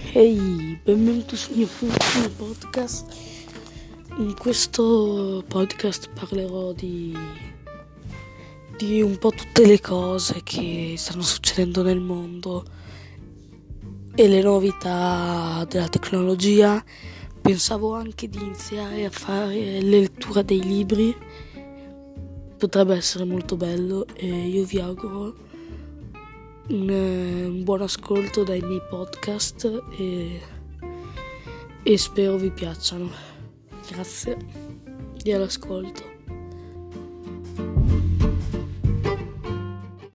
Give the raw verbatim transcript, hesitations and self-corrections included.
Ehi, benvenuto sul mio ultimo podcast. In questo podcast parlerò di, di un po' tutte le cose che stanno succedendo nel mondo e le novità della tecnologia. Pensavo anche di iniziare a fare le letture dei libri, potrebbe essere molto bello e io vi auguro un, un buon ascolto dai miei podcast e, e spero vi piacciono. Grazie e all'ascolto.